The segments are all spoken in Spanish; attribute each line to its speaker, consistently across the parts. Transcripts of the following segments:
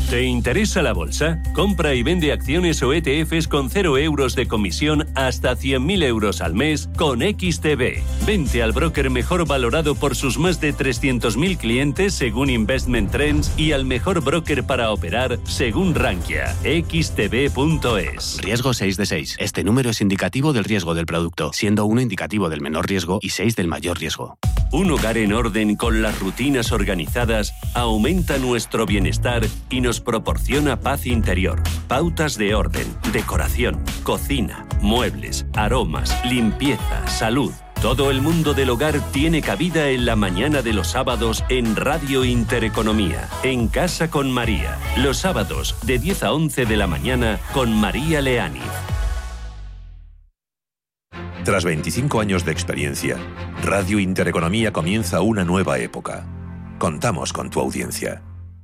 Speaker 1: ¿Te interesa la bolsa? Compra y vende acciones o ETFs con 0 euros de comisión hasta 100.000 euros al mes con XTB. Vente al broker mejor valorado por sus más de 300.000 clientes según Investment Trends y al mejor broker para operar según Rankia. XTB.es.
Speaker 2: Riesgo 6 de 6. Este número es indicativo del riesgo del producto, siendo 1 indicativo del menor riesgo y 6 del mayor riesgo.
Speaker 1: Un hogar en orden con las rutinas organizadas aumenta nuestro bienestar y nos proporciona paz interior. Pautas de orden, decoración, cocina, muebles, aromas, limpieza, salud. Todo el mundo del hogar tiene cabida en la mañana de los sábados en Radio Intereconomía, en Casa con María. Los sábados de 10 a 11 de la mañana con María Leániz.
Speaker 3: Tras 25 años de experiencia, Radio Intereconomía comienza una nueva época. Contamos con tu audiencia.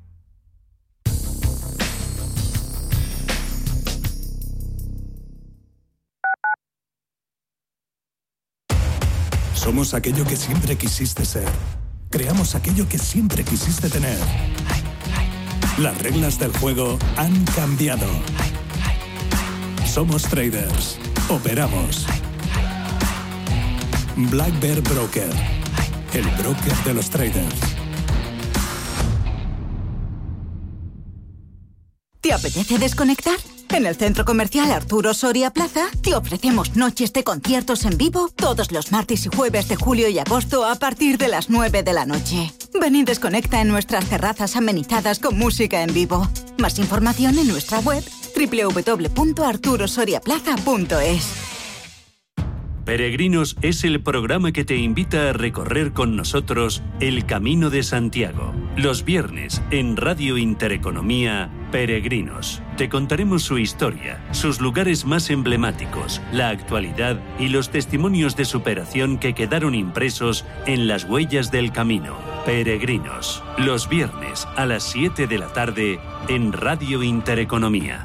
Speaker 4: Somos aquello que siempre quisiste ser. Creamos aquello que siempre quisiste tener. Las reglas del juego han cambiado. Somos traders. Operamos. Black Bear Broker. El broker de los traders.
Speaker 5: ¿Te apetece desconectar? En el Centro Comercial Arturo Soria Plaza te ofrecemos noches de conciertos en vivo todos los martes y jueves de julio y agosto a partir de las 9 de la noche. Ven y desconecta en nuestras terrazas amenizadas con música en vivo. Más información en nuestra web www.arturosoriaplaza.es.
Speaker 1: Peregrinos es el programa que te invita a recorrer con nosotros el Camino de Santiago. Los viernes en Radio Intereconomía, Peregrinos. Te contaremos su historia, sus lugares más emblemáticos, la actualidad y los testimonios de superación que quedaron impresos en las huellas del camino. Peregrinos. Los viernes a las 7 de la tarde en Radio Intereconomía.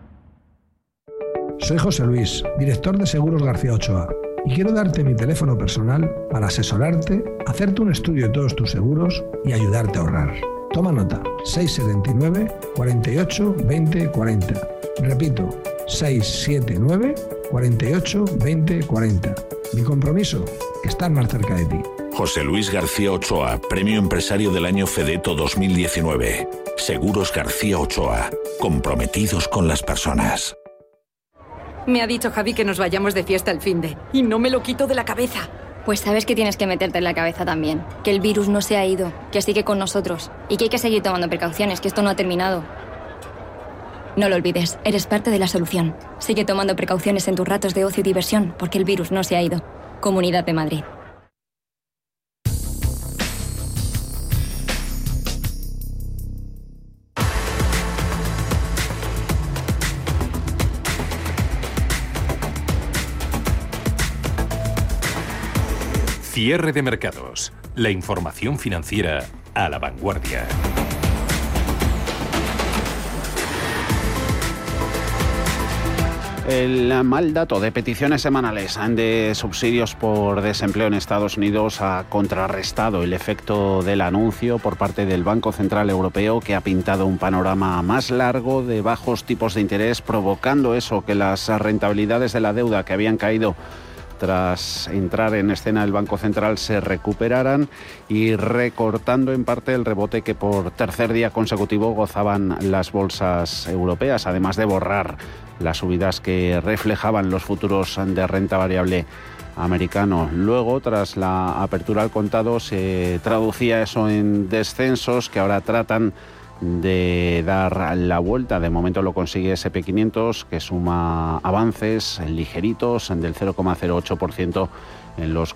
Speaker 6: Soy José Luis, director de Seguros García Ochoa, y quiero darte mi teléfono personal para asesorarte, hacerte un estudio de todos tus seguros y ayudarte a ahorrar. Toma nota, 679 48 20 40. Repito, 679 48 20 40. Mi compromiso, estar más cerca de ti.
Speaker 7: José Luis García Ochoa, Premio Empresario del Año Fedeto 2019. Seguros García Ochoa, comprometidos con las personas.
Speaker 8: Me ha dicho Javi que nos vayamos de fiesta el finde y no me lo quito de la cabeza.
Speaker 9: Pues sabes que tienes que meterte en la cabeza también. Que el virus no se ha ido, que sigue con nosotros y que hay que seguir tomando precauciones, que esto no ha terminado. No lo olvides, eres parte de la solución. Sigue tomando precauciones en tus ratos de ocio y diversión, porque el virus no se ha ido. Comunidad de Madrid.
Speaker 10: Cierre de mercados. La información financiera a la vanguardia.
Speaker 11: El mal dato de peticiones semanales de subsidios por desempleo en Estados Unidos ha contrarrestado el efecto del anuncio por parte del Banco Central Europeo, que ha pintado un panorama más largo de bajos tipos de interés, provocando eso, que las rentabilidades de la deuda que habían caído tras entrar en escena el Banco Central se recuperaran y recortando en parte el rebote que por tercer día consecutivo gozaban las bolsas europeas, además de borrar las subidas que reflejaban los futuros de renta variable americanos. Luego, tras la apertura al contado, se traducía eso en descensos que ahora tratan de dar la vuelta. De momento lo consigue SP500, que suma avances ligeritos del 0,08% en los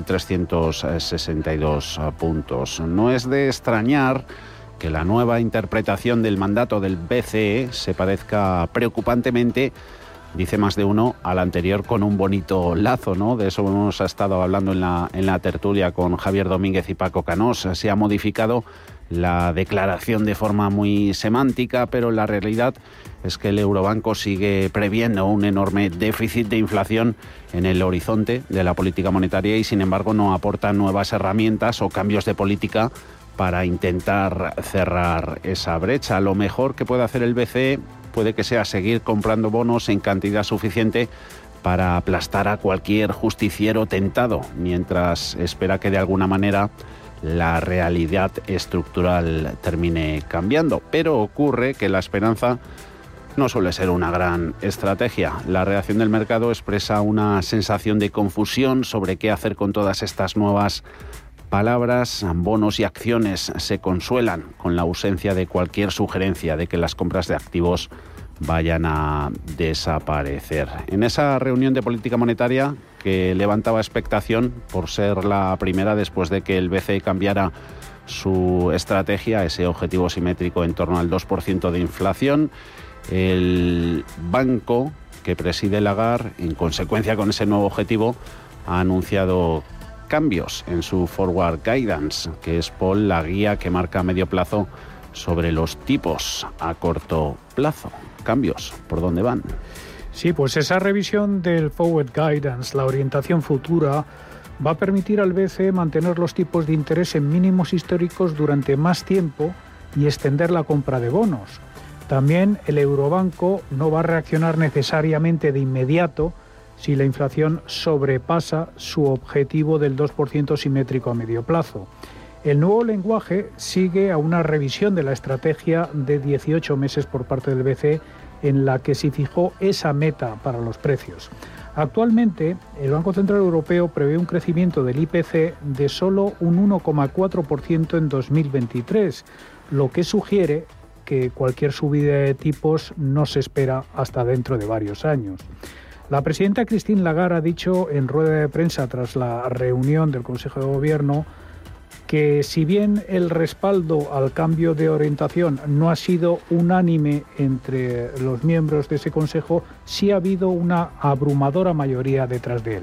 Speaker 11: 4.362 puntos. No es de extrañar que la nueva interpretación del mandato del BCE se parezca preocupantemente, dice más de uno, al anterior con un bonito lazo, ¿no? De eso hemos estado hablando en la tertulia con Javier Domínguez y Paco Canós. Se ha modificado la declaración de forma muy semántica, pero la realidad es que el Eurobanco sigue previendo un enorme déficit de inflación en el horizonte de la política monetaria y, sin embargo, no aporta nuevas herramientas o cambios de política para intentar cerrar esa brecha. Lo mejor que puede hacer el BCE puede que sea seguir comprando bonos en cantidad suficiente para aplastar a cualquier justiciero tentado, mientras espera que de alguna manera la realidad estructural termine cambiando. Pero ocurre que la esperanza no suele ser una gran estrategia. La reacción del mercado expresa una sensación de confusión sobre qué hacer con todas estas nuevas palabras. Bonos y acciones se consuelan con la ausencia de cualquier sugerencia de que las compras de activos vayan a desaparecer. En esa reunión de política monetaria, que levantaba expectación por ser la primera después de que el BCE cambiara su estrategia, ese objetivo simétrico en torno al 2% de inflación, el banco que preside Lagarde, en consecuencia con ese nuevo objetivo, ha anunciado cambios en su Forward Guidance, que es, Paul, la guía que marca a medio plazo sobre los tipos a corto plazo. Cambios, ¿por dónde van?
Speaker 12: Sí, pues esa revisión del Forward Guidance, la orientación futura, va a permitir al BCE mantener los tipos de interés en mínimos históricos durante más tiempo y extender la compra de bonos. También el Eurobanco no va a reaccionar necesariamente de inmediato si la inflación sobrepasa su objetivo del 2% simétrico a medio plazo. El nuevo lenguaje sigue a una revisión de la estrategia de 18 meses por parte del BCE, en la que se fijó esa meta para los precios. Actualmente, el Banco Central Europeo prevé un crecimiento del IPC de solo un 1,4% en 2023, lo que sugiere que cualquier subida de tipos no se espera hasta dentro de varios años. La presidenta Christine Lagarde ha dicho en rueda de prensa tras la reunión del Consejo de Gobierno que si bien el respaldo al cambio de orientación no ha sido unánime entre los miembros de ese Consejo, sí ha habido una abrumadora mayoría detrás de él.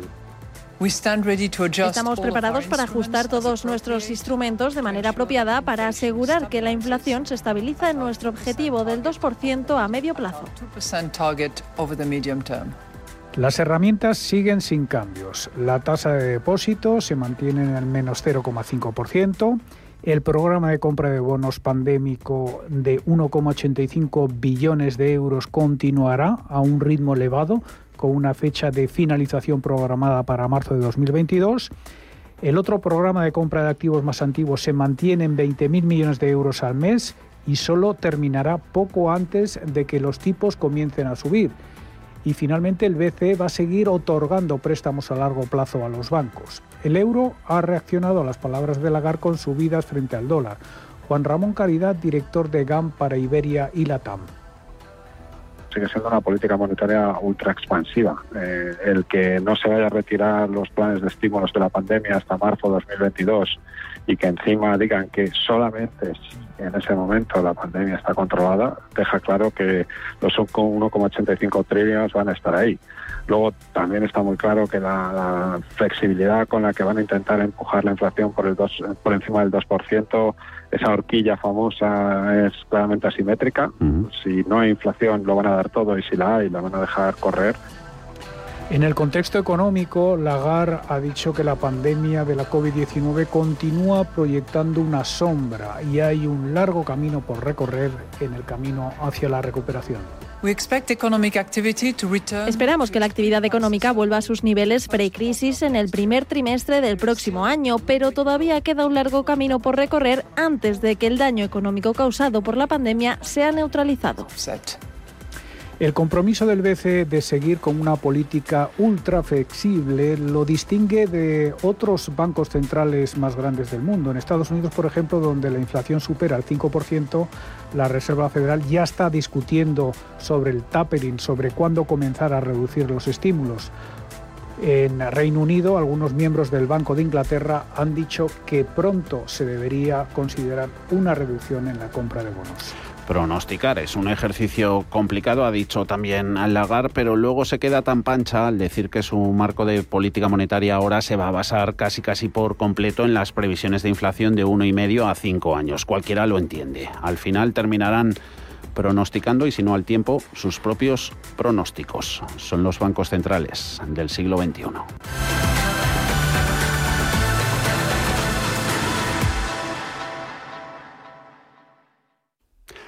Speaker 13: Estamos preparados para ajustar todos nuestros instrumentos de manera apropiada para asegurar que la inflación se estabiliza en nuestro objetivo del 2% a medio plazo.
Speaker 12: Las herramientas siguen sin cambios. La tasa de depósito se mantiene en el menos 0,5%. El programa de compra de bonos pandémico de 1,85 billones de euros continuará a un ritmo elevado, con una fecha de finalización programada para marzo de 2022. El otro programa de compra de activos más antiguos se mantiene en 20.000 millones de euros al mes y solo terminará poco antes de que los tipos comiencen a subir. Y finalmente el BCE va a seguir otorgando préstamos a largo plazo a los bancos. El euro ha reaccionado a las palabras de Lagarde con subidas frente al dólar. Juan Ramón Caridad, director de GAM para Iberia y Latam.
Speaker 14: Sigue siendo una política monetaria ultra expansiva. El que no se vaya a retirar los planes de estímulos de la pandemia hasta marzo de 2022 y que encima digan que solamente en ese momento la pandemia está controlada, deja claro que los 1,85 trillones van a estar ahí. Luego también está muy claro que la flexibilidad con la que van a intentar empujar la inflación por encima del 2%, esa horquilla famosa, es claramente asimétrica. Si no hay inflación lo van a dar todo y si la hay la van a dejar correr.
Speaker 12: En el contexto económico, Lagarde ha dicho que la pandemia de la COVID-19 continúa proyectando una sombra y hay un largo camino por recorrer en el camino hacia la recuperación.
Speaker 13: Esperamos que la actividad económica vuelva a sus niveles precrisis en el primer trimestre del próximo año, pero todavía queda un largo camino por recorrer antes de que el daño económico causado por la pandemia sea neutralizado.
Speaker 12: El compromiso del BCE de seguir con una política ultra flexible lo distingue de otros bancos centrales más grandes del mundo. En Estados Unidos, por ejemplo, donde la inflación supera el 5%, la Reserva Federal ya está discutiendo sobre el tapering, sobre cuándo comenzar a reducir los estímulos. En Reino Unido, algunos miembros del Banco de Inglaterra han dicho que pronto se debería considerar una reducción en la compra de bonos.
Speaker 11: Pronosticar es un ejercicio complicado, ha dicho también Lagarde, pero luego se queda tan pancha al decir que su marco de política monetaria ahora se va a basar casi por completo en las previsiones de inflación de 1,5 a 5 años. Cualquiera lo entiende. Al final terminarán pronosticando, y si no al tiempo, sus propios pronósticos. Son los bancos centrales del siglo XXI.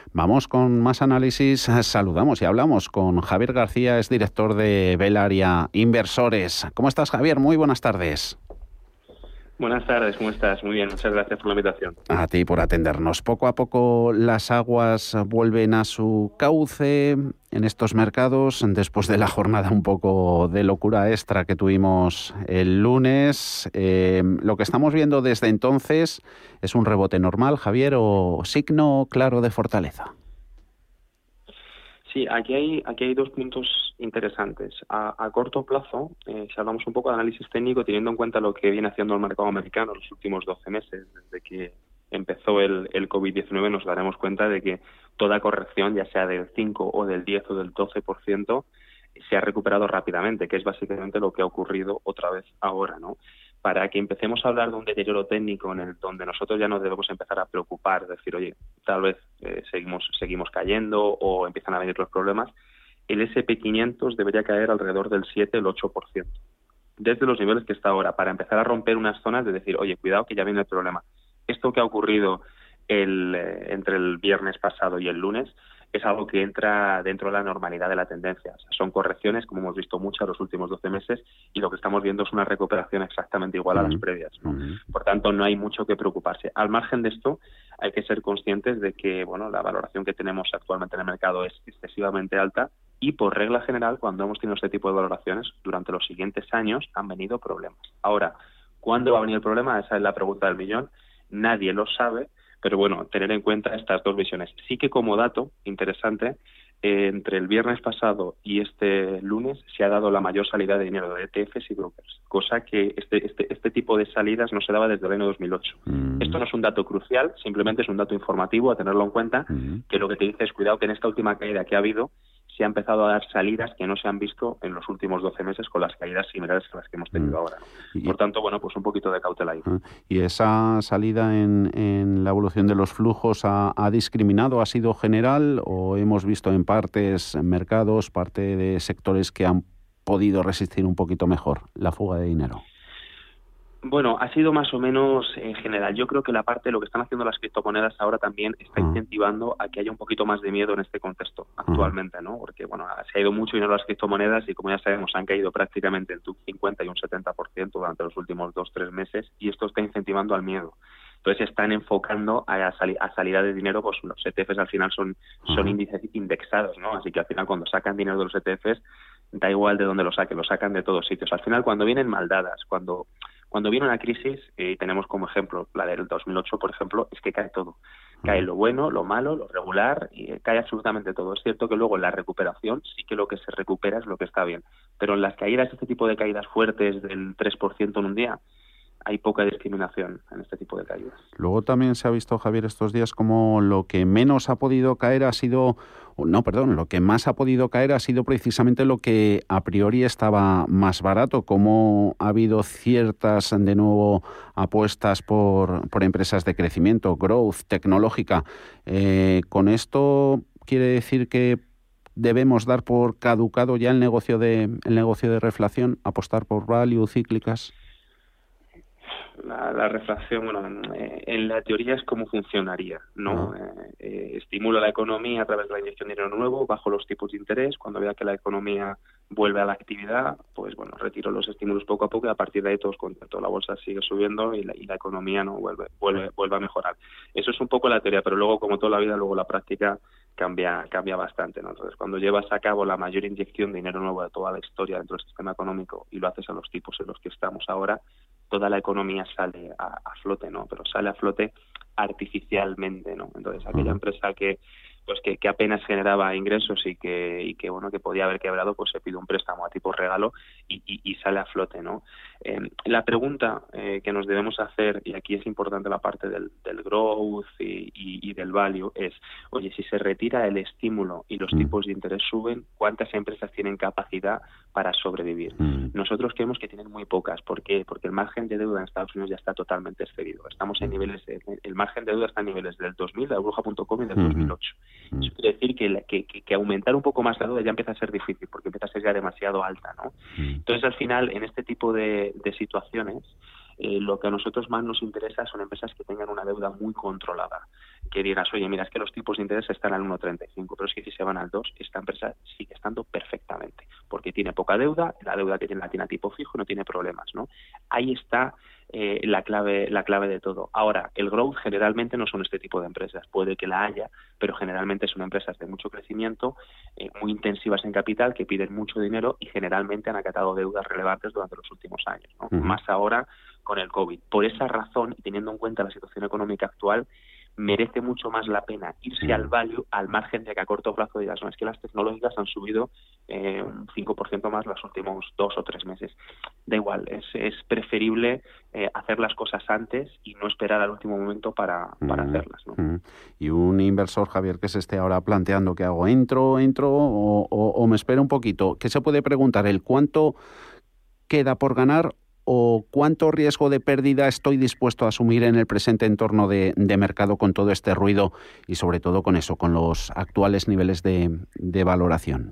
Speaker 11: Vamos con más análisis. Saludamos y hablamos con Javier García, es director de Velaria Inversores. ¿Cómo estás, Javier? Muy buenas tardes.
Speaker 15: Buenas tardes, ¿cómo estás? Muy bien, muchas gracias por la invitación.
Speaker 11: A ti por atendernos. Poco a poco las aguas vuelven a su cauce en estos mercados, después de la jornada un poco de locura extra que tuvimos el lunes. Lo que estamos viendo desde entonces es un rebote normal, Javier, o signo claro de fortaleza.
Speaker 15: Sí, aquí hay dos puntos interesantes. A corto plazo, si hablamos un poco de análisis técnico, teniendo en cuenta lo que viene haciendo el mercado americano los últimos 12 meses, desde que empezó el COVID-19, nos daremos cuenta de que toda corrección, ya sea del 5 o del 10 o del 12%, se ha recuperado rápidamente, que es básicamente lo que ha ocurrido otra vez ahora, ¿no? Para que empecemos a hablar de un deterioro técnico en el donde nosotros ya nos debemos empezar a preocupar, decir, oye, tal vez seguimos cayendo o empiezan a venir los problemas, el SP500 debería caer alrededor del 7, el 8%, desde los niveles que está ahora, para empezar a romper unas zonas de decir, oye, cuidado que ya viene el problema. Esto que ha ocurrido entre el viernes pasado y el lunes es algo que entra dentro de la normalidad de la tendencia. O sea, son correcciones, como hemos visto muchas los últimos 12 meses, y lo que estamos viendo es una recuperación exactamente igual a las previas, ¿no? Por tanto, no hay mucho que preocuparse. Al margen de esto, hay que ser conscientes de que, bueno, la valoración que tenemos actualmente en el mercado es excesivamente alta y, por regla general, cuando hemos tenido este tipo de valoraciones, durante los siguientes años han venido problemas. Ahora, ¿cuándo va a venir el problema? Esa es la pregunta del millón. Nadie lo sabe. Pero bueno, tener en cuenta estas dos visiones. Sí que como dato interesante, entre el viernes pasado y este lunes se ha dado la mayor salida de dinero de ETFs y brokers, cosa que este tipo de salidas no se daba desde el año 2008. Esto no es un dato crucial, simplemente es un dato informativo a tenerlo en cuenta, que lo que te dice es cuidado que en esta última caída que ha habido se ha empezado a dar salidas que no se han visto en los últimos 12 meses con las caídas similares a las que hemos tenido ahora, ¿no? Por tanto, bueno, pues un poquito de cautela ahí.
Speaker 11: ¿Y esa salida en la evolución de los flujos ha discriminado, ha sido general, o hemos visto en partes, en mercados, parte de sectores que han podido resistir un poquito mejor la fuga de dinero?
Speaker 15: Bueno, ha sido más o menos en general. Yo creo que la parte de lo que están haciendo las criptomonedas ahora también está incentivando a que haya un poquito más de miedo en este contexto actualmente, ¿no? Porque, bueno, se ha ido mucho dinero a las criptomonedas y, como ya sabemos, han caído prácticamente el 50 y un 70% durante los últimos 2-3 meses, y esto está incentivando al miedo. Entonces están enfocando a salida de dinero, pues los ETFs al final son índices indexados, ¿no? Así que al final cuando sacan dinero de los ETFs, da igual de dónde lo sacan de todos sitios. Al final cuando vienen maldadas, cuando viene una crisis, y tenemos como ejemplo la del 2008, por ejemplo, es que cae todo. Cae lo bueno, lo malo, lo regular, y cae absolutamente todo. Es cierto que luego en la recuperación sí que lo que se recupera es lo que está bien. Pero en las caídas, este tipo de caídas fuertes del 3% en un día, hay poca discriminación en este tipo de caídas.
Speaker 11: Luego también se ha visto, Javier, estos días como lo que menos ha podido caer lo que más ha podido caer ha sido precisamente lo que a priori estaba más barato, como ha habido ciertas, de nuevo, apuestas por empresas de crecimiento, growth, tecnológica. ¿Con esto quiere decir que debemos dar por caducado ya el negocio de reflación, apostar por value, cíclicas?
Speaker 15: La reflación, bueno, en la teoría es cómo funcionaría, ¿no? Estimula la economía a través de la inyección de dinero nuevo, bajo los tipos de interés. Cuando vea que la economía vuelve a la actividad, pues bueno, retiro los estímulos poco a poco, y a partir de ahí todos contentos. La bolsa sigue subiendo y la economía no vuelve a mejorar. Eso es un poco la teoría, pero luego, como toda la vida, luego la práctica cambia bastante, ¿no? Entonces, cuando llevas a cabo la mayor inyección de dinero nuevo de toda la historia dentro del sistema económico y lo haces a los tipos en los que estamos ahora, toda la economía sale a flote, ¿no? Pero sale a flote artificialmente, ¿no? Entonces, aquella empresa que apenas generaba ingresos y que podía haber quebrado, pues se pide un préstamo a tipo regalo y sale a flote, ¿no? La pregunta que nos debemos hacer, y aquí es importante la parte del growth y del value, es, oye, si se retira el estímulo y los tipos de interés suben, ¿cuántas empresas tienen capacidad para sobrevivir? Nosotros creemos que tienen muy pocas. ¿Por qué? Porque el margen de deuda en Estados Unidos ya está totalmente excedido. Estamos en niveles, el margen de deuda está en niveles del 2000, de la burbuja.com, y del 2008. Eso quiere decir que aumentar un poco más la deuda ya empieza a ser difícil, porque empieza a ser ya demasiado alta, ¿no? Entonces, al final, en este tipo de situaciones, Lo que a nosotros más nos interesa son empresas que tengan una deuda muy controlada, que digas, oye, mira, es que los tipos de interés están al 1,35, pero es que si se van al 2, esta empresa sigue estando perfectamente, porque tiene poca deuda, la deuda que tiene la tiene a tipo fijo, no tiene problemas, ¿no? Ahí está la clave de todo. Ahora, el growth generalmente no son este tipo de empresas, puede que la haya, pero generalmente son empresas de mucho crecimiento, muy intensivas en capital, que piden mucho dinero y generalmente han acatado deudas relevantes durante los últimos años, ¿no? Más ahora con el COVID. Por esa razón, y teniendo en cuenta la situación económica actual, merece mucho más la pena irse al value, al margen de que a corto plazo digas, no, es que las tecnológicas han subido un 5% más los últimos 2 o 3 meses. Da igual, es preferible hacer las cosas antes y no esperar al último momento para hacerlas, ¿no?
Speaker 11: Y un inversor, Javier, que se esté ahora planteando qué hago, ¿entro o me espero un poquito? ¿Qué se puede preguntar? ¿El cuánto queda por ganar o cuánto riesgo de pérdida estoy dispuesto a asumir en el presente entorno de mercado con todo este ruido y sobre todo con eso, con los actuales niveles de valoración?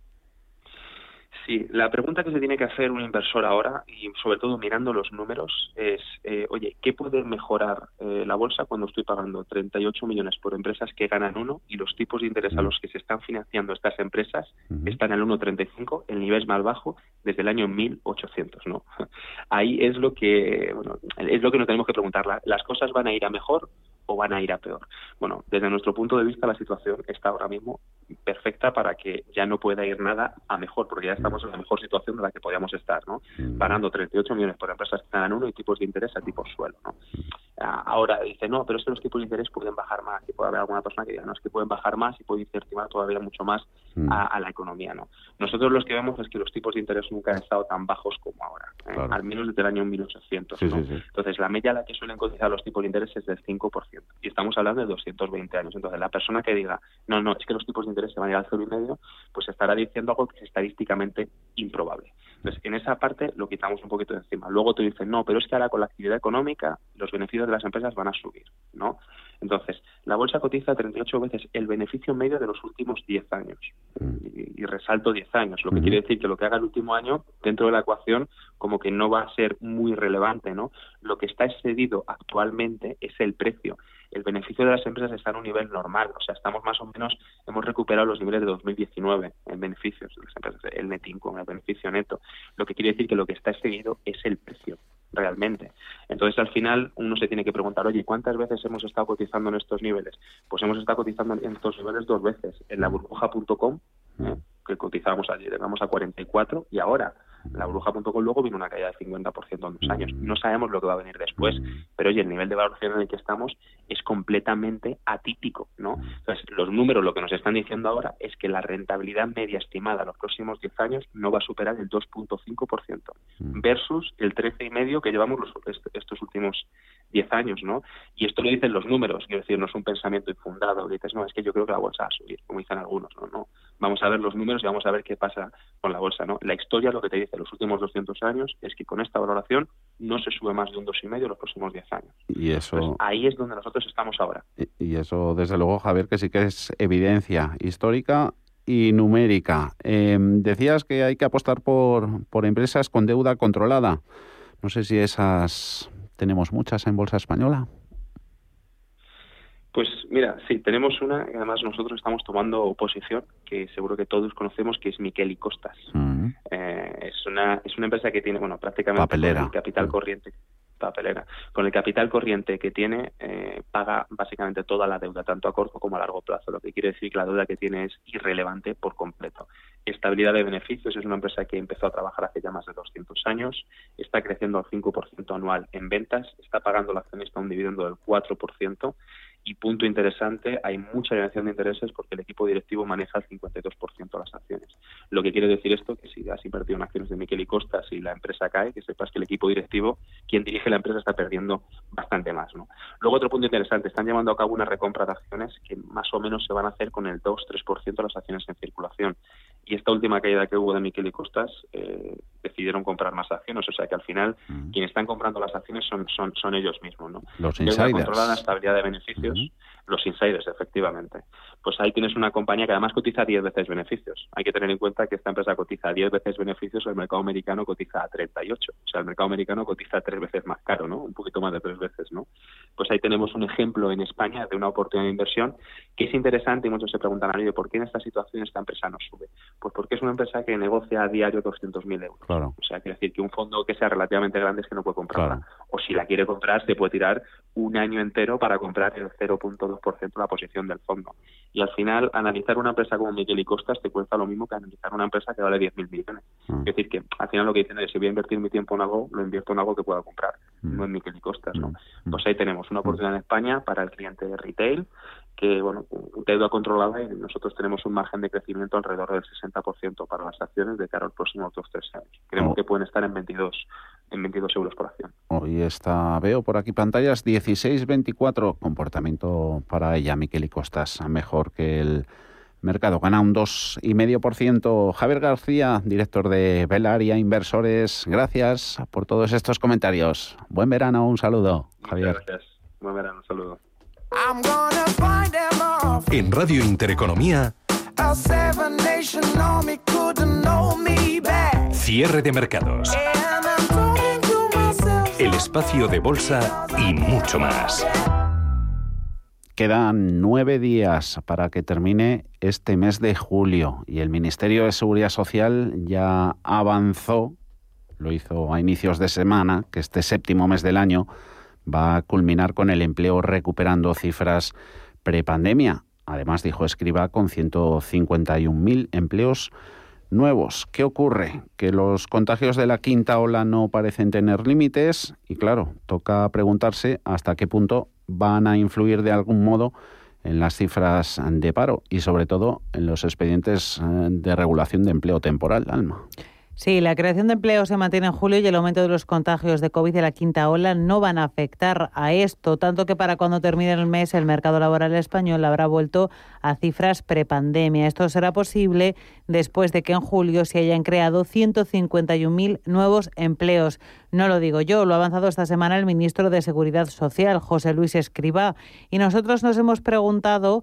Speaker 15: Sí, la pregunta que se tiene que hacer un inversor ahora, y sobre todo mirando los números, es, oye, ¿qué puede mejorar la bolsa cuando estoy pagando 38 millones por empresas que ganan 1 y los tipos de interés a los que se están financiando estas empresas están al 1,35, el nivel más bajo desde el año 1800, ¿no? Ahí es lo que, es lo que nos tenemos que preguntar. ¿Las cosas van a ir a mejor o van a ir a peor? Bueno, desde nuestro punto de vista la situación está ahora mismo perfecta para que ya no pueda ir nada a mejor, porque ya estamos en la mejor situación de la que podíamos estar, ¿no? Pagando 38 millones por empresas que ganan 1 y tipos de interés a tipo suelo, ¿no? Ahora dice, no, pero es que los tipos de interés pueden bajar más, y puede haber alguna persona que diga, no, es que pueden bajar más y puede incentivar todavía mucho más a la economía, ¿no? Nosotros lo que vemos es que los tipos de interés nunca han estado tan bajos como ahora, claro. Al menos desde el año 1800, ¿no? Sí. Entonces, la media a la que suelen cotizar los tipos de interés es del 5%, y estamos hablando de 220 años. Entonces, la persona que diga, no, es que los tipos de interés se van a ir al 0,5, pues estará diciendo algo que es estadísticamente improbable. Entonces, en esa parte lo quitamos un poquito de encima. Luego te dicen, no, pero es que ahora con la actividad económica los beneficios de las empresas van a subir, ¿no? Entonces, la bolsa cotiza 38 veces el beneficio medio de los últimos 10 años. Y resalto 10 años, lo que quiere decir que lo que haga el último año dentro de la ecuación como que no va a ser muy relevante, ¿no? Lo que está excedido actualmente es el precio. El beneficio de las empresas está en un nivel normal, o sea, estamos más o menos, hemos recuperado los niveles de 2019 en beneficios de las empresas, el net income, el beneficio neto. Lo que quiere decir que lo que está excedido es el precio, realmente. Entonces, al final, uno se tiene que preguntar, oye, ¿cuántas veces hemos estado cotizando en estos niveles? Pues hemos estado cotizando en estos niveles 2 veces. En la burbuja.com, que cotizábamos ayer, llegamos a 44, y ahora la burbuja.com luego vino una caída de 50% en 2 años. No sabemos lo que va a venir después, pero oye, el nivel de valoración en el que estamos es completamente atípico, ¿no? Entonces, los números lo que nos están diciendo ahora es que la rentabilidad media estimada en los próximos 10 años no va a superar el 2,5% versus el 13,5% que llevamos estos últimos 10 años, ¿no? Y esto lo dicen los números, quiero decir, no es un pensamiento infundado, que dices, no, es que yo creo que la bolsa va a subir, como dicen algunos, no. Vamos a ver los números y vamos a ver qué pasa con la bolsa, ¿no? La historia lo que te dice los últimos 200 años es que con esta valoración no se sube más de un 2,5% en los próximos 10 años.
Speaker 11: Y eso...
Speaker 15: Entonces, ahí es donde nosotros estamos ahora.
Speaker 11: Y eso, desde luego, Javier, que sí que es evidencia histórica y numérica. Decías que hay que apostar por empresas con deuda controlada. No sé si esas tenemos muchas en bolsa española.
Speaker 15: Pues mira, sí, tenemos una, y además nosotros estamos tomando posición, que seguro que todos conocemos, que es Miquel y Costas. Es una empresa que tiene, prácticamente
Speaker 11: papelera.
Speaker 15: Con el capital corriente, papelera. Con el capital corriente que tiene, paga básicamente toda la deuda, tanto a corto como a largo plazo, lo que quiere decir que la deuda que tiene es irrelevante por completo. Estabilidad de beneficios, es una empresa que empezó a trabajar hace ya más de 200 años, está creciendo al 5% anual en ventas, está pagando al accionista un dividendo del 4%, y punto interesante, hay mucha variación de intereses porque el equipo directivo maneja el 52% de las acciones. Lo que quiere decir esto, que si has invertido en acciones de Miquel y Costas y la empresa cae, que sepas que el equipo directivo, quien dirige la empresa, está perdiendo bastante más, ¿no? Luego, otro punto interesante, están llevando a cabo una recompra de acciones que más o menos se van a hacer con el 2-3% de las acciones en circulación. Y esta última caída que hubo de Miquel y Costas, decidieron comprar más acciones, o sea que al final quienes están comprando las acciones son ellos mismos, ¿no?
Speaker 11: Los
Speaker 15: insiders.
Speaker 11: insiders.
Speaker 15: Controlada, estabilidad de beneficios, beneficios. Los insiders, efectivamente. Pues ahí tienes una compañía que además cotiza 10 veces beneficios. Hay que tener en cuenta que esta empresa cotiza 10 veces beneficios, el mercado americano cotiza a 38. O sea, el mercado americano cotiza 3 veces más caro, ¿no? Un poquito más de 3 veces, ¿no? Pues ahí tenemos un ejemplo en España de una oportunidad de inversión que es interesante y muchos se preguntan, ¿por qué en esta situación esta empresa no sube? Pues porque es una empresa que negocia a diario 200.000 euros.
Speaker 11: Claro.
Speaker 15: O sea, quiere decir que un fondo que sea relativamente grande es que no puede comprarla.
Speaker 11: Claro.
Speaker 15: O si la quiere comprar, se puede tirar un año entero para comprar el 0.2% de la posición del fondo. Y al final, analizar una empresa como Miquel y Costas te cuesta lo mismo que analizar una empresa que vale 10.000 millones. Es decir, que al final lo que dicen es, si voy a invertir mi tiempo en algo, lo invierto en algo que pueda comprar, no en Miquel y Costas, ¿no? Pues ahí tenemos una oportunidad en España para el cliente de retail, que, bueno, deuda controlada, y nosotros tenemos un margen de crecimiento alrededor del 60% para las acciones de cara a los próximos 2-3 años. Creemos que pueden estar en 22 euros por acción.
Speaker 11: Hoy veo por aquí pantallas 16,24, comportamiento para ella, Miquel y Costas, mejor que el mercado, gana un 2,5%. Javier García, director de Belaria Inversores, gracias por todos estos comentarios. Buen verano, un saludo, Javier.
Speaker 15: Muchas gracias, buen verano, un saludo.
Speaker 10: En Radio Intereconomía, cierre de mercados, el espacio de bolsa y mucho más.
Speaker 11: Quedan 9 días para que termine este mes de julio y el Ministerio de Seguridad Social ya avanzó, lo hizo a inicios de semana, que este séptimo mes del año va a culminar con el empleo recuperando cifras prepandemia. Además, dijo Escrivá, con 151.000 empleos nuevos. ¿Qué ocurre? Que los contagios de la quinta ola no parecen tener límites y, claro, toca preguntarse hasta qué punto van a influir de algún modo en las cifras de paro y, sobre todo, en los expedientes de regulación de empleo temporal. Alma.
Speaker 16: Sí, la creación de empleo se mantiene en julio y el aumento de los contagios de COVID de la quinta ola no van a afectar a esto, tanto que para cuando termine el mes el mercado laboral español habrá vuelto a cifras prepandemia. Esto será posible después de que en julio se hayan creado 151.000 nuevos empleos. No lo digo yo, lo ha avanzado esta semana el ministro de Seguridad Social, José Luis Escrivá, y nosotros se lo hemos preguntado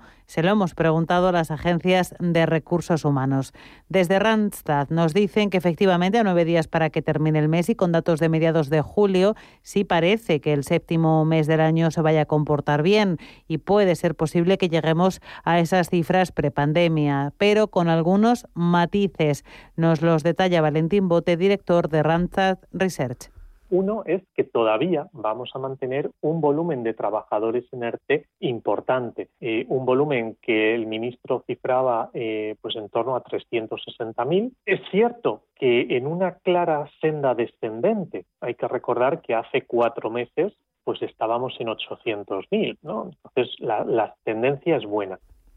Speaker 16: a las agencias de recursos humanos. Desde Randstad nos dicen que efectivamente a 9 días para que termine el mes y con datos de mediados de julio, sí parece que el séptimo mes del año se vaya a comportar bien y puede ser posible que lleguemos a esas cifras prepandemia, pero con algunos matices. Nos los detalla Valentín Bote, director de Randstad Research.
Speaker 17: Uno es que todavía vamos a mantener un volumen de trabajadores en ERTE importante, un volumen que el ministro cifraba pues en torno a 360.000. Es cierto que en una clara senda descendente. Hay que recordar que hace 4 meses pues estábamos en 800.000, ¿no? Entonces la tendencia es buena.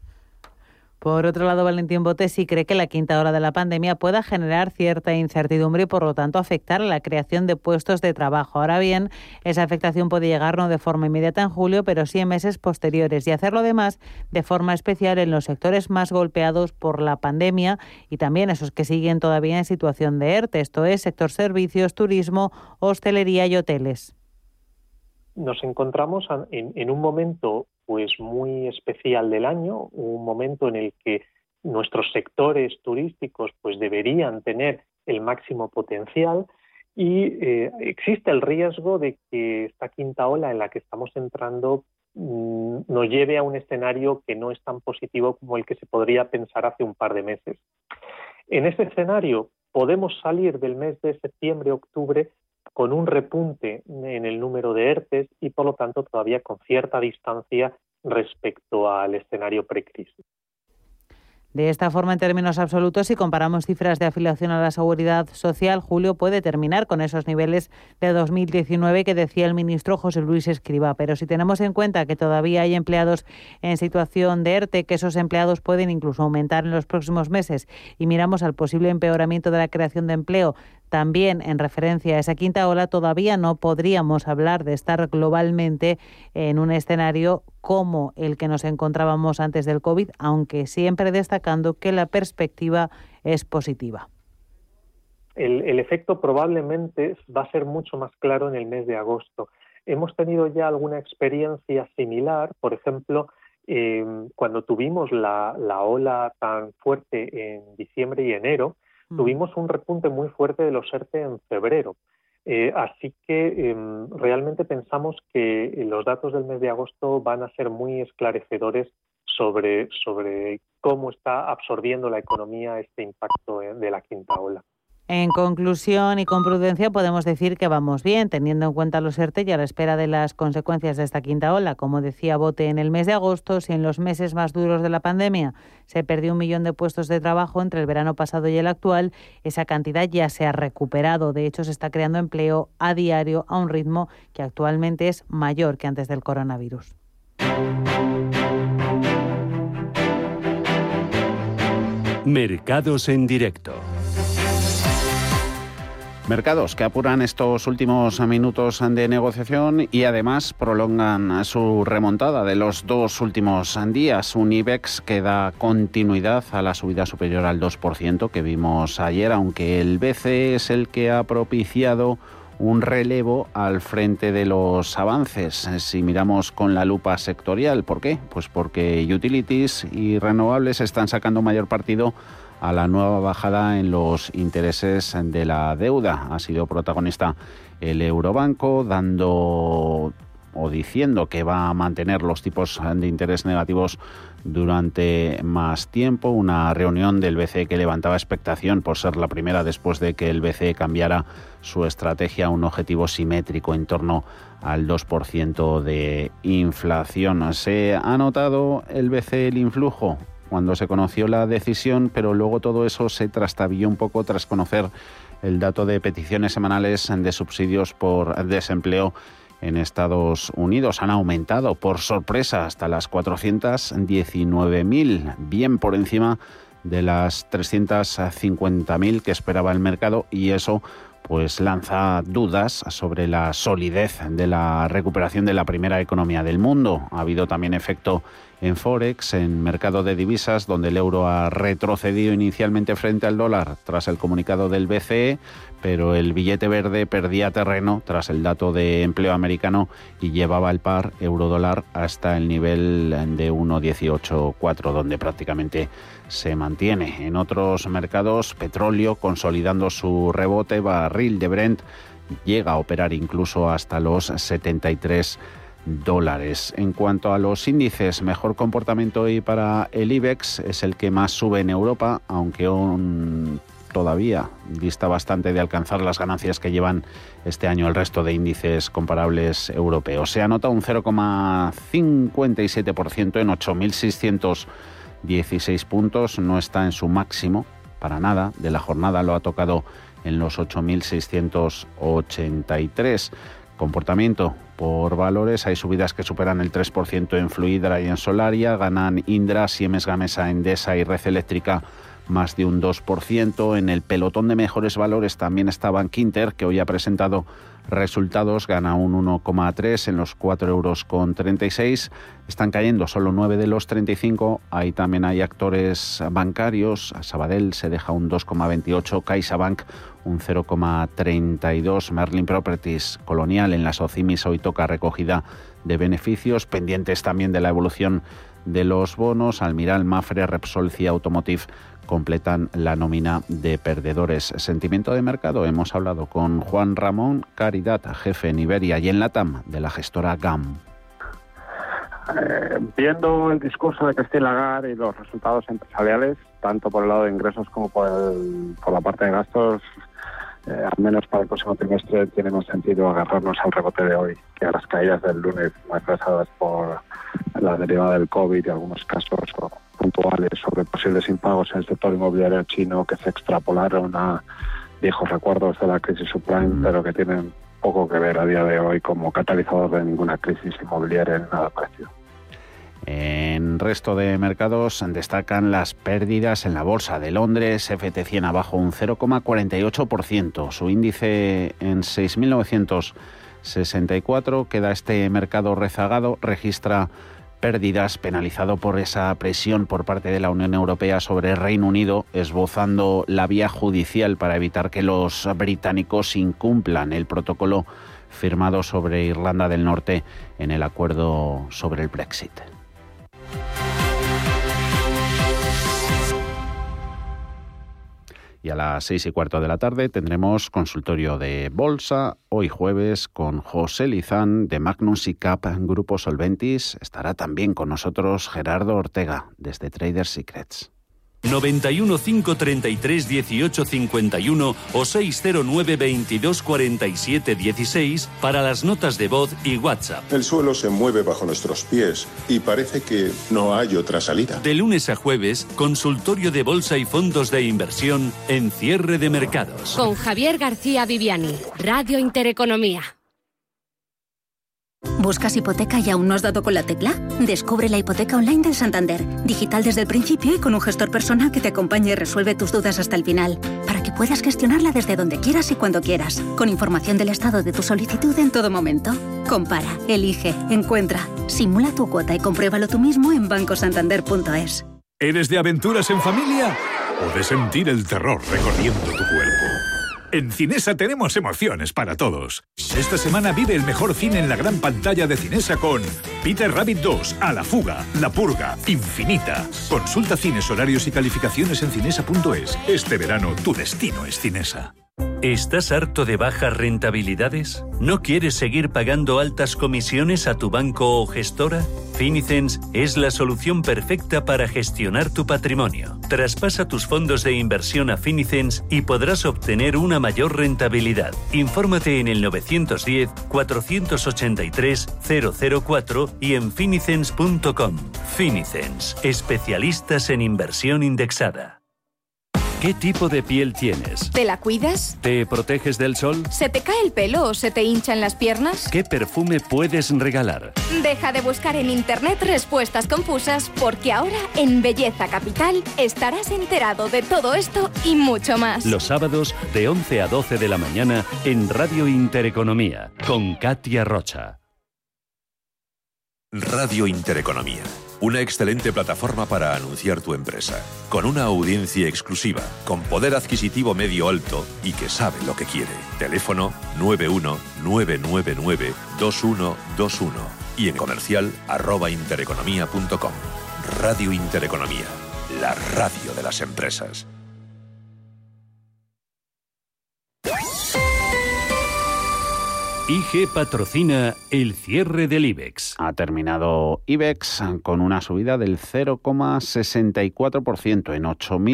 Speaker 16: Por otro lado, Valentín Bote sí cree que la quinta ola de la pandemia pueda generar cierta incertidumbre y, por lo tanto, afectar a la creación de puestos de trabajo. Ahora bien, esa afectación puede llegar no de forma inmediata en julio, pero sí en meses posteriores, y hacerlo además de forma especial en los sectores más golpeados por la pandemia y también esos que siguen todavía en situación de ERTE, esto es, sector servicios, turismo, hostelería y hoteles.
Speaker 17: Nos encontramos en un momento pues muy especial del año, un momento en el que nuestros sectores turísticos pues deberían tener el máximo potencial y existe el riesgo de que esta quinta ola en la que estamos entrando nos lleve a un escenario que no es tan positivo como el que se podría pensar hace un par de meses. En este escenario podemos salir del mes de septiembre-octubre con un repunte en el número de ERTEs y, por lo tanto, todavía con cierta distancia respecto al escenario precrisis.
Speaker 16: De esta forma, en términos absolutos, si comparamos cifras de afiliación a la Seguridad Social, julio puede terminar con esos niveles de 2019 que decía el ministro José Luis Escrivá. Pero si tenemos en cuenta que todavía hay empleados en situación de ERTE, que esos empleados pueden incluso aumentar en los próximos meses, y miramos al posible empeoramiento de la creación de empleo, también en referencia a esa quinta ola, todavía no podríamos hablar de estar globalmente en un escenario como el que nos encontrábamos antes del COVID, aunque siempre destacando que la perspectiva es positiva.
Speaker 17: El efecto probablemente va a ser mucho más claro en el mes de agosto. hemos tenido ya alguna experiencia similar, por ejemplo, cuando tuvimos la ola tan fuerte en diciembre y enero, tuvimos un repunte muy fuerte de los ERTE en febrero. Así que realmente pensamos que los datos del mes de agosto van a ser muy esclarecedores sobre cómo está absorbiendo la economía este impacto de la quinta ola.
Speaker 16: En conclusión y con prudencia podemos decir que vamos bien, teniendo en cuenta los ERTE y a la espera de las consecuencias de esta quinta ola. Como decía Bote, en el mes de agosto, si en los meses más duros de la pandemia se perdió 1 millón de puestos de trabajo entre el verano pasado y el actual, esa cantidad ya se ha recuperado. De hecho, se está creando empleo a diario a un ritmo que actualmente es mayor que antes del coronavirus.
Speaker 1: Mercados en directo.
Speaker 11: Mercados que apuran estos últimos minutos de negociación y además prolongan su remontada de los 2 últimos días. Un IBEX que da continuidad a la subida superior al 2% que vimos ayer, aunque el BCE es el que ha propiciado un relevo al frente de los avances. Si miramos con la lupa sectorial, ¿por qué? Pues porque utilities y renovables están sacando mayor partido a la nueva bajada en los intereses de la deuda. Ha sido protagonista el Eurobanco, dando o diciendo que va a mantener los tipos de interés negativos durante más tiempo. Una reunión del BCE que levantaba expectación por ser la primera después de que el BCE cambiara su estrategia a un objetivo simétrico en torno al 2% de inflación. Se ha notado el BCE el influjo cuando se conoció la decisión, pero luego todo eso se trastabilló un poco tras conocer el dato de peticiones semanales de subsidios por desempleo en Estados Unidos. Han aumentado por sorpresa hasta las 419.000, bien por encima de las 350.000 que esperaba el mercado, y eso pues lanza dudas sobre la solidez de la recuperación de la primera economía del mundo. Ha habido también efecto en Forex, en mercado de divisas, donde el euro ha retrocedido inicialmente frente al dólar tras el comunicado del BCE, pero el billete verde perdía terreno tras el dato de empleo americano y llevaba el par euro-dólar hasta el nivel de 1,1840, donde prácticamente se mantiene. En otros mercados, petróleo consolidando su rebote, barril de Brent llega a operar incluso hasta los $73. En cuanto a los índices, mejor comportamiento hoy para el IBEX, es el que más sube en Europa, aunque aún todavía dista bastante de alcanzar las ganancias que llevan este año el resto de índices comparables europeos. Se anota un 0,57% en 8.616 puntos, no está en su máximo para nada de la jornada, lo ha tocado en los 8.683. Comportamiento por valores, hay subidas que superan el 3% en Fluidra y en Solaria, ganan Indra, Siemens Gamesa, Endesa y Red Eléctrica más de un 2%. En el pelotón de mejores valores también está Bankinter, que hoy ha presentado resultados, gana un 1,3 en los 4,36 €. Están cayendo solo 9 de los 35. Ahí también hay actores bancarios. Sabadell se deja un 2,28, CaixaBank un 0,32, Merlin Properties, Colonial en las OCIMIS hoy toca recogida de beneficios, pendientes también de la evolución de los bonos. Almiral, Mafre, Repsol, CIA Automotive completan la nómina de perdedores. Sentimiento de mercado, hemos hablado con Juan Ramón Caridad, jefe en Iberia y en LATAM de la gestora GAM.
Speaker 14: Viendo el discurso de Christine Lagarde y los resultados empresariales, tanto por el lado de ingresos como por la parte de gastos, al menos para el próximo trimestre tiene más sentido agarrarnos al rebote de hoy que a las caídas del lunes atrasadas por la derivada del COVID y algunos casos puntuales sobre posibles impagos en el sector inmobiliario chino que se extrapolaron a viejos recuerdos de la crisis subprime, pero que tienen poco que ver a día de hoy como catalizador de ninguna crisis inmobiliaria en nada parecido.
Speaker 11: En resto de mercados destacan las pérdidas en la Bolsa de Londres, FT100 abajo un 0,48%, su índice en 6.964, queda este mercado rezagado, registra pérdidas penalizado por esa presión por parte de la Unión Europea sobre el Reino Unido, esbozando la vía judicial para evitar que los británicos incumplan el protocolo firmado sobre Irlanda del Norte en el acuerdo sobre el Brexit. Y a las 6:15 de la tarde tendremos consultorio de bolsa, hoy jueves, con José Lizán de Magnum SICAP Grupo Solventis. Estará también con nosotros Gerardo Ortega, desde Trader Secrets.
Speaker 1: 91 533 18 51 o 609 22 47 16 para las notas de voz y WhatsApp.
Speaker 18: El suelo se mueve bajo nuestros pies y parece que no hay otra salida.
Speaker 1: De lunes a jueves, consultorio de bolsa y fondos de inversión en Cierre de Mercados.
Speaker 19: Con Javier García Viviani, Radio Intereconomía.
Speaker 20: ¿Buscas hipoteca y aún no has dado con la tecla? Descubre la hipoteca online del Santander, digital desde el principio y con un gestor personal que te acompañe y resuelve tus dudas hasta el final, para que puedas gestionarla desde donde quieras y cuando quieras, con información del estado de tu solicitud en todo momento. Compara, elige, encuentra, simula tu cuota y compruébalo tú mismo en bancosantander.es.
Speaker 21: ¿Eres de aventuras en familia o de sentir el terror recorriendo tu cuerpo? En Cinesa tenemos emociones para todos. Esta semana vive el mejor cine en la gran pantalla de Cinesa con Peter Rabbit 2, A la fuga, La purga, Infinita. Consulta cines, horarios y calificaciones en cinesa.es. Este verano tu destino es Cinesa.
Speaker 1: ¿Estás harto de bajas rentabilidades? ¿No quieres seguir pagando altas comisiones a tu banco o gestora? Finicens es la solución perfecta para gestionar tu patrimonio. Traspasa tus fondos de inversión a Finicens y podrás obtener una mayor rentabilidad. Infórmate en el 910 483 004 y en finicens.com. Finicens, especialistas en inversión indexada. ¿Qué tipo de piel tienes?
Speaker 22: ¿Te la cuidas?
Speaker 1: ¿Te proteges del sol?
Speaker 22: ¿Se te cae el pelo o se te hinchan las piernas?
Speaker 1: ¿Qué perfume puedes regalar?
Speaker 22: Deja de buscar en internet respuestas confusas, porque ahora en Belleza Capital estarás enterado de todo esto y mucho más.
Speaker 1: Los sábados de 11 a 12 de la mañana en Radio Intereconomía con Katia Rocha.
Speaker 3: Radio Intereconomía. Una excelente plataforma para anunciar tu empresa, con una audiencia exclusiva, con poder adquisitivo medio alto y que sabe lo que quiere. Teléfono 91-999-2121 y en comercial @intereconomia.com. Radio Intereconomía, la radio de las empresas.
Speaker 1: IG patrocina el cierre del IBEX.
Speaker 11: Ha terminado IBEX con una subida del 0,64% en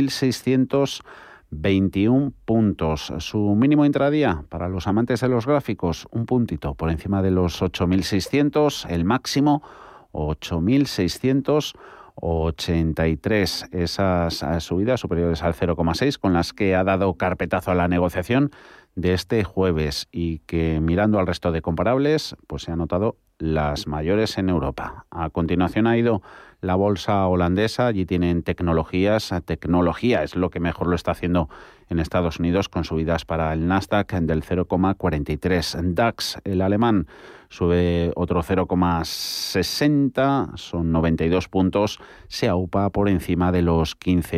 Speaker 11: 8.621 puntos. Su mínimo intradía para los amantes de los gráficos, un puntito por encima de los 8.600, el máximo 8.683. Esas subidas superiores al 0,6 con las que ha dado carpetazo a la negociación de este jueves y que, mirando al resto de comparables, pues se han notado las mayores en Europa. A continuación ha ido la bolsa holandesa. Allí tienen tecnología es lo que mejor lo está haciendo en Estados Unidos, con subidas para el Nasdaq del 0,43. DAX, el alemán, sube otro 0,60, son 92 puntos, se aupa por encima de los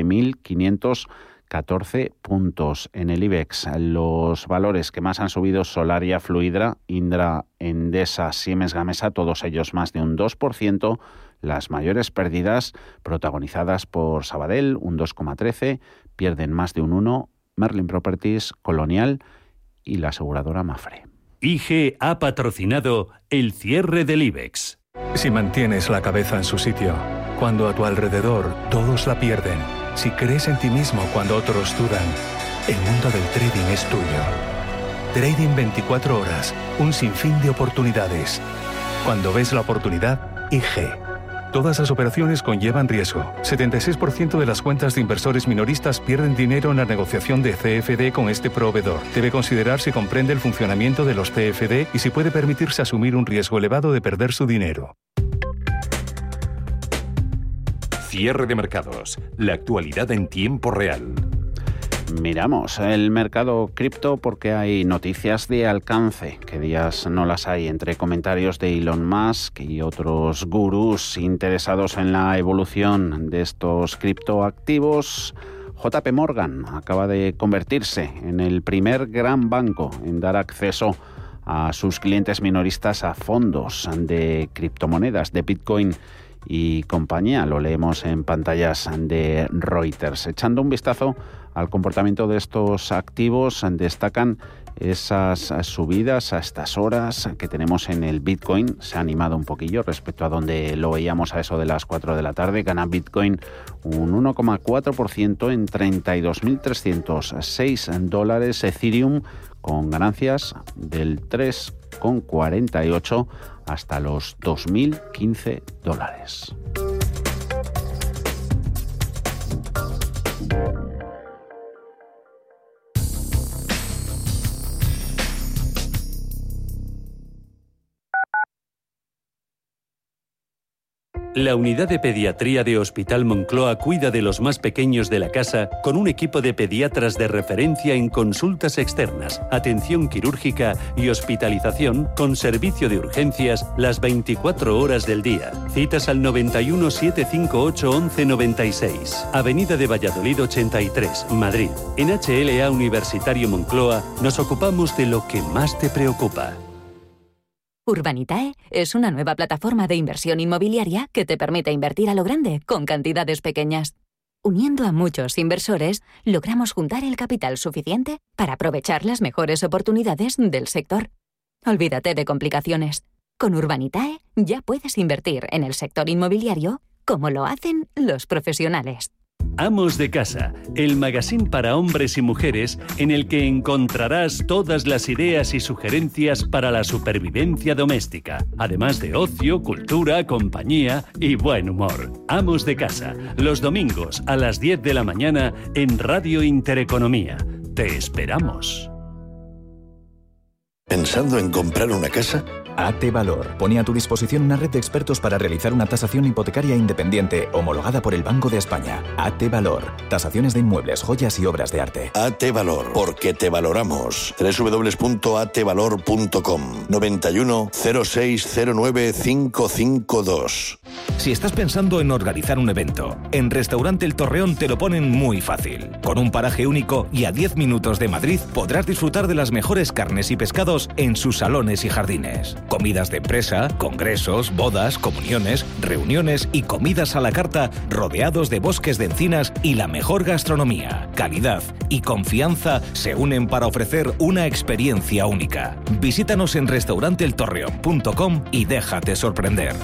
Speaker 11: 15.514 puntos. En el IBEX, los valores que más han subido: Solaria, Fluidra, Indra, Endesa, Siemens Gamesa, todos ellos más de un 2%. Las mayores pérdidas protagonizadas por Sabadell, un 2,13%, pierden más de un 1%, Merlin Properties, Colonial y la aseguradora Mafre.
Speaker 1: IG ha patrocinado el cierre del IBEX.
Speaker 23: Si mantienes la cabeza en su sitio, cuando a tu alrededor todos la pierden, si crees en ti mismo cuando otros dudan, el mundo del trading es tuyo. Trading 24 horas, un sinfín de oportunidades. Cuando ves la oportunidad, IG. Todas las operaciones conllevan riesgo. 76% de las cuentas de inversores minoristas pierden dinero en la negociación de CFD con este proveedor. Debe considerar si comprende el funcionamiento de los CFD y si puede permitirse asumir un riesgo elevado de perder su dinero.
Speaker 10: Cierre de mercados. La actualidad en tiempo real.
Speaker 11: Miramos el mercado cripto porque hay noticias de alcance, que días no las hay, entre comentarios de Elon Musk y otros gurús interesados en la evolución de estos criptoactivos. JP Morgan acaba de convertirse en el primer gran banco en dar acceso a sus clientes minoristas a fondos de criptomonedas, de Bitcoin y compañía. Lo leemos en pantallas de Reuters. Echando un vistazo al comportamiento de estos activos, destacan esas subidas a estas horas que tenemos en el Bitcoin. Se ha animado un poquillo respecto a donde lo veíamos a eso de las 4 de la tarde. Gana Bitcoin un 1,4% en $32.306. Ethereum con ganancias del 3,48 hasta los $2.015.
Speaker 1: La unidad de pediatría de Hospital Moncloa cuida de los más pequeños de la casa con un equipo de pediatras de referencia en consultas externas, atención quirúrgica y hospitalización con servicio de urgencias las 24 horas del día. Citas al 91 758 1196, Avenida de Valladolid 83, Madrid. En HLA Universitario Moncloa nos ocupamos de lo que más te preocupa.
Speaker 2: Urbanitae es una nueva plataforma de inversión inmobiliaria que te permite invertir a lo grande con cantidades pequeñas. Uniendo a muchos inversores, logramos juntar el capital suficiente para aprovechar las mejores oportunidades del sector. Olvídate de complicaciones. Con Urbanitae ya puedes invertir en el sector inmobiliario como lo hacen los profesionales.
Speaker 1: Amos de Casa, el magazín para hombres y mujeres en el que encontrarás todas las ideas y sugerencias para la supervivencia doméstica, además de ocio, cultura, compañía y buen humor. Amos de Casa, los domingos a las 10 de la mañana en Radio Intereconomía. Te esperamos.
Speaker 4: ¿Pensando en comprar una casa? AT Valor pone a tu disposición una red de expertos para realizar una tasación hipotecaria independiente homologada por el Banco de España. AT Valor. Tasaciones de inmuebles, joyas y obras de arte. AT Valor. Porque te valoramos. www.atvalor.com 91 0609 552.
Speaker 5: Si estás pensando en organizar un evento, en Restaurante El Torreón te lo ponen muy fácil. Con un paraje único y a 10 minutos de Madrid podrás disfrutar de las mejores carnes y pescados en sus salones y jardines. Comidas de empresa, congresos, bodas, comuniones, reuniones y comidas a la carta rodeados de bosques de encinas y la mejor gastronomía. Calidad y confianza se unen para ofrecer una experiencia única. Visítanos en restauranteeltorreón.com y déjate sorprender.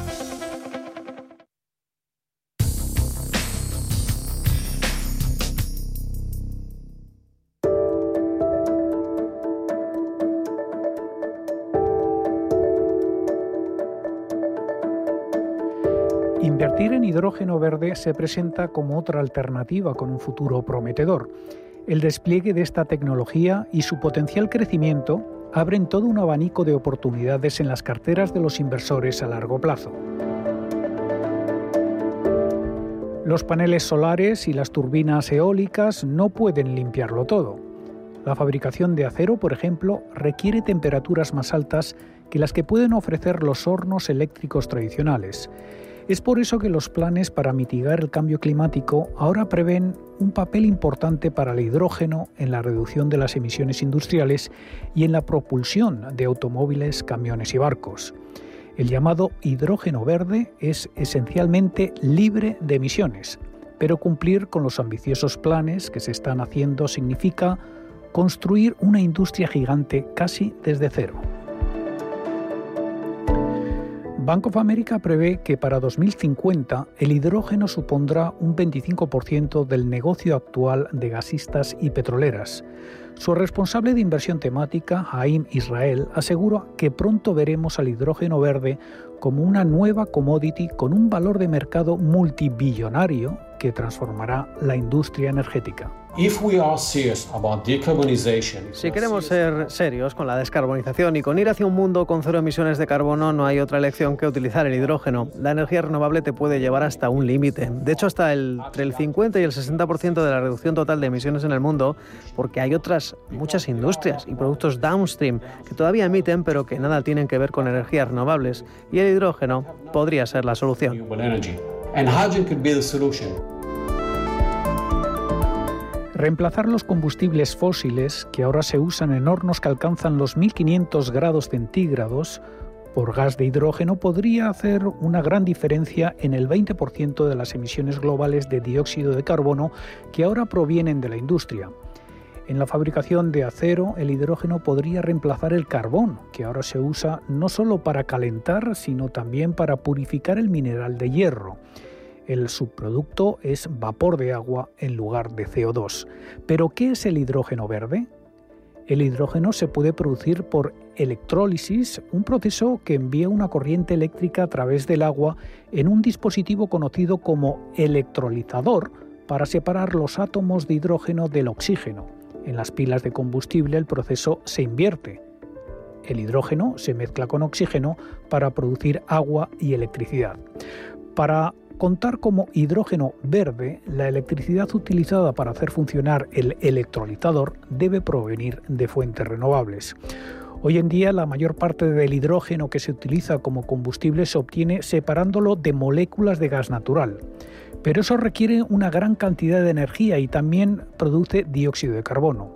Speaker 12: Invertir en hidrógeno verde se presenta como otra alternativa con un futuro prometedor. El despliegue de esta tecnología y su potencial crecimiento abren todo un abanico de oportunidades en las carteras de los inversores a largo plazo. Los paneles solares y las turbinas eólicas no pueden limpiarlo todo. La fabricación de acero, por ejemplo, requiere temperaturas más altas que las que pueden ofrecer los hornos eléctricos tradicionales. Es por eso que los planes para mitigar el cambio climático ahora prevén un papel importante para el hidrógeno en la reducción de las emisiones industriales y en la propulsión de automóviles, camiones y barcos. El llamado hidrógeno verde es esencialmente libre de emisiones, pero cumplir con los ambiciosos planes que se están haciendo significa construir una industria gigante casi desde cero. Bank of America prevé que para 2050 el hidrógeno supondrá un 25% del negocio actual de gasistas y petroleras. Su responsable de inversión temática, Haim Israel, asegura que pronto veremos al hidrógeno verde como una nueva commodity con un valor de mercado multibillonario que transformará la industria energética.
Speaker 24: Si queremos ser serios con la descarbonización y con ir hacia un mundo con cero emisiones de carbono, no hay otra elección que utilizar el hidrógeno. La energía renovable te puede llevar hasta un límite. De hecho, hasta entre el 50 y el 60% de la reducción total de emisiones en el mundo, porque hay otras muchas industrias y productos downstream que todavía emiten, pero que nada tienen que ver con energías renovables. Y el hidrógeno podría ser la solución.
Speaker 12: Reemplazar los combustibles fósiles, que ahora se usan en hornos que alcanzan los 1500 grados centígrados, por gas de hidrógeno podría hacer una gran diferencia en el 20% de las emisiones globales de dióxido de carbono que ahora provienen de la industria. En la fabricación de acero, el hidrógeno podría reemplazar el carbón, que ahora se usa no solo para calentar, sino también para purificar el mineral de hierro. El subproducto es vapor de agua en lugar de CO2. ¿Pero qué es el hidrógeno verde? El hidrógeno se puede producir por electrólisis, un proceso que envía una corriente eléctrica a través del agua en un dispositivo conocido como electrolizador para separar los átomos de hidrógeno del oxígeno. En las pilas de combustible el proceso se invierte. El hidrógeno se mezcla con oxígeno para producir agua y electricidad. Para contar como hidrógeno verde, la electricidad utilizada para hacer funcionar el electrolizador debe provenir de fuentes renovables. Hoy en día la mayor parte del hidrógeno que se utiliza como combustible se obtiene separándolo de moléculas de gas natural. Pero eso requiere una gran cantidad de energía y también produce dióxido de carbono.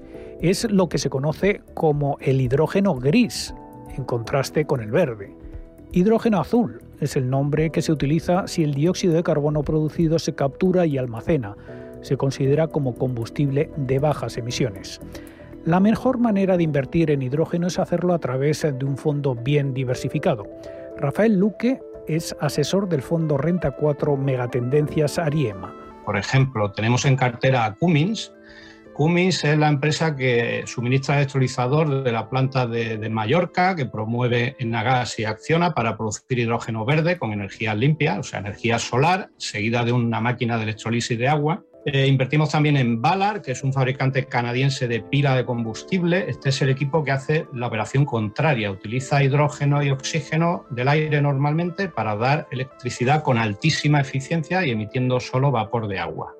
Speaker 12: Es lo que se conoce como el hidrógeno gris, en contraste con el verde. Hidrógeno azul es el nombre que se utiliza si el dióxido de carbono producido se captura y almacena. Se considera como combustible de bajas emisiones. La mejor manera de invertir en hidrógeno es hacerlo a través de un fondo bien diversificado. Rafael Luque es asesor del fondo Renta 4 Megatendencias Ariema.
Speaker 6: Por ejemplo, tenemos en cartera a Cummins. Cummins es la empresa que suministra electrolizador de la planta de Mallorca, que promueve Enagás y Acciona para producir hidrógeno verde con energía limpia, o sea, energía solar, seguida de una máquina de electrólisis de agua. Invertimos también en Ballard, que es un fabricante canadiense de pila de combustible. Este es el equipo que hace la operación contraria. Utiliza hidrógeno y oxígeno del aire normalmente para dar electricidad con altísima eficiencia y emitiendo solo vapor de agua.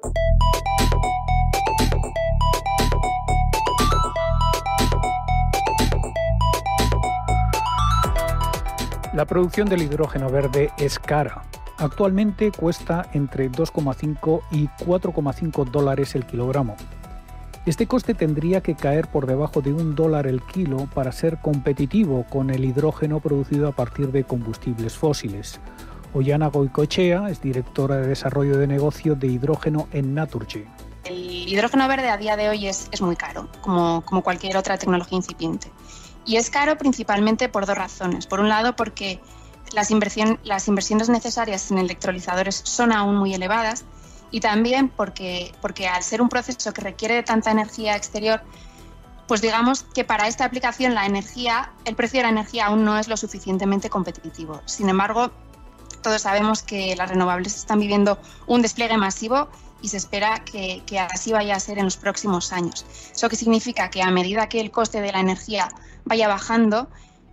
Speaker 12: La producción del hidrógeno verde es cara. Actualmente cuesta entre 2,5 y 4,5 dólares el kilogramo. Este coste tendría que caer por debajo de $1 el kilo para ser competitivo con el hidrógeno producido a partir de combustibles fósiles. Ollana Goicoechea es directora de desarrollo de negocio de hidrógeno en Naturgy.
Speaker 7: El hidrógeno verde a día de hoy es muy caro, como cualquier otra tecnología incipiente. Y es caro principalmente por dos razones. Por un lado, porque las inversiones necesarias en electrolizadores son aún muy elevadas, y también porque al ser un proceso que requiere de tanta energía exterior, pues digamos que para esta aplicación el precio de la energía aún no es lo suficientemente competitivo. Sin embargo, todos sabemos que las renovables están viviendo un despliegue masivo y se espera que así vaya a ser en los próximos años. Eso que significa que a medida que el coste de la energía vaya bajando,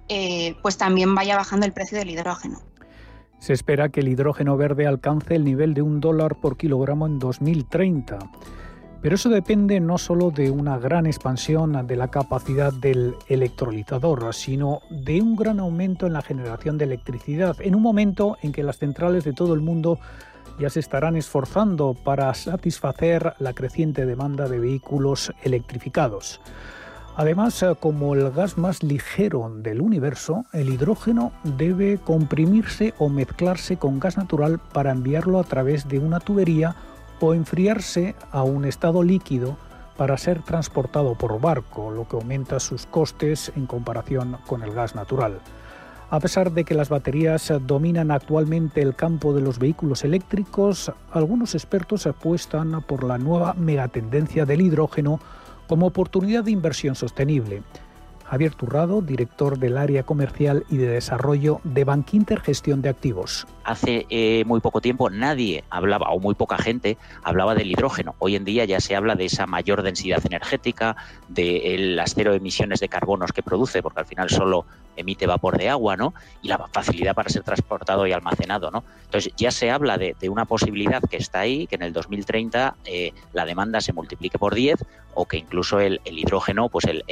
Speaker 7: pues también vaya bajando el precio del hidrógeno.
Speaker 12: Se espera que el hidrógeno verde alcance el nivel de $1 por kilogramo en 2030. Pero eso depende no solo de una gran expansión de la capacidad del electrolizador, sino de un gran aumento en la generación de electricidad, en un momento en que las centrales de todo el mundo ya se estarán esforzando para satisfacer la creciente demanda de vehículos electrificados. Además, como el gas más ligero del universo, el hidrógeno debe comprimirse o mezclarse con gas natural para enviarlo a través de una tubería o enfriarse a un estado líquido para ser transportado por barco, lo que aumenta sus costes en comparación con el gas natural. A pesar de que las baterías dominan actualmente el campo de los vehículos eléctricos, algunos expertos apuestan por la nueva megatendencia del hidrógeno como oportunidad de inversión sostenible. Javier Turrado, director del área comercial y de desarrollo de Bankinter Gestión de Activos.
Speaker 8: Hace muy poco tiempo nadie hablaba, o muy poca gente hablaba del hidrógeno. Hoy en día ya se habla de esa mayor densidad energética, de las cero emisiones de carbonos que produce, porque al final solo emite vapor de agua, ¿no? Y la facilidad para ser transportado y almacenado, ¿no? Entonces ya se habla de una posibilidad que está ahí, que en el 2030 la demanda se multiplique por 10, o que incluso el hidrógeno, pues el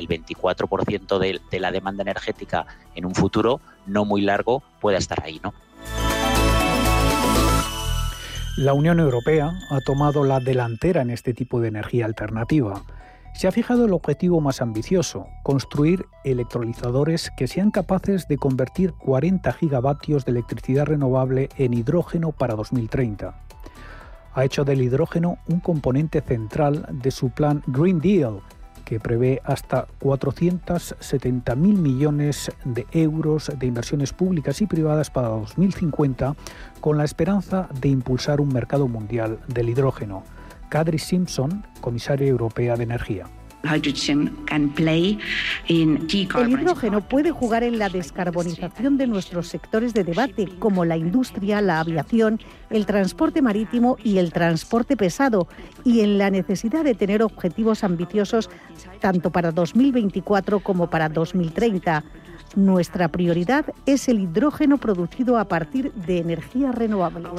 Speaker 8: 24% de la demanda energética en un futuro no muy largo pueda estar ahí, ¿no?
Speaker 12: La Unión Europea ha tomado la delantera en este tipo de energía alternativa. Se ha fijado el objetivo más ambicioso, construir electrolizadores que sean capaces de convertir 40 gigavatios de electricidad renovable en hidrógeno para 2030. Ha hecho del hidrógeno un componente central de su plan Green Deal, que prevé hasta 470.000 millones de euros de inversiones públicas y privadas para 2050, con la esperanza de impulsar un mercado mundial del hidrógeno. Kadri Simpson, comisaria europea de Energía.
Speaker 9: El hidrógeno puede jugar en la descarbonización de nuestros sectores de debate, como la industria, la aviación, el transporte marítimo y el transporte pesado, y en la necesidad de tener objetivos ambiciosos tanto para 2024 como para 2030. Nuestra prioridad es el hidrógeno producido a partir de energías renovables.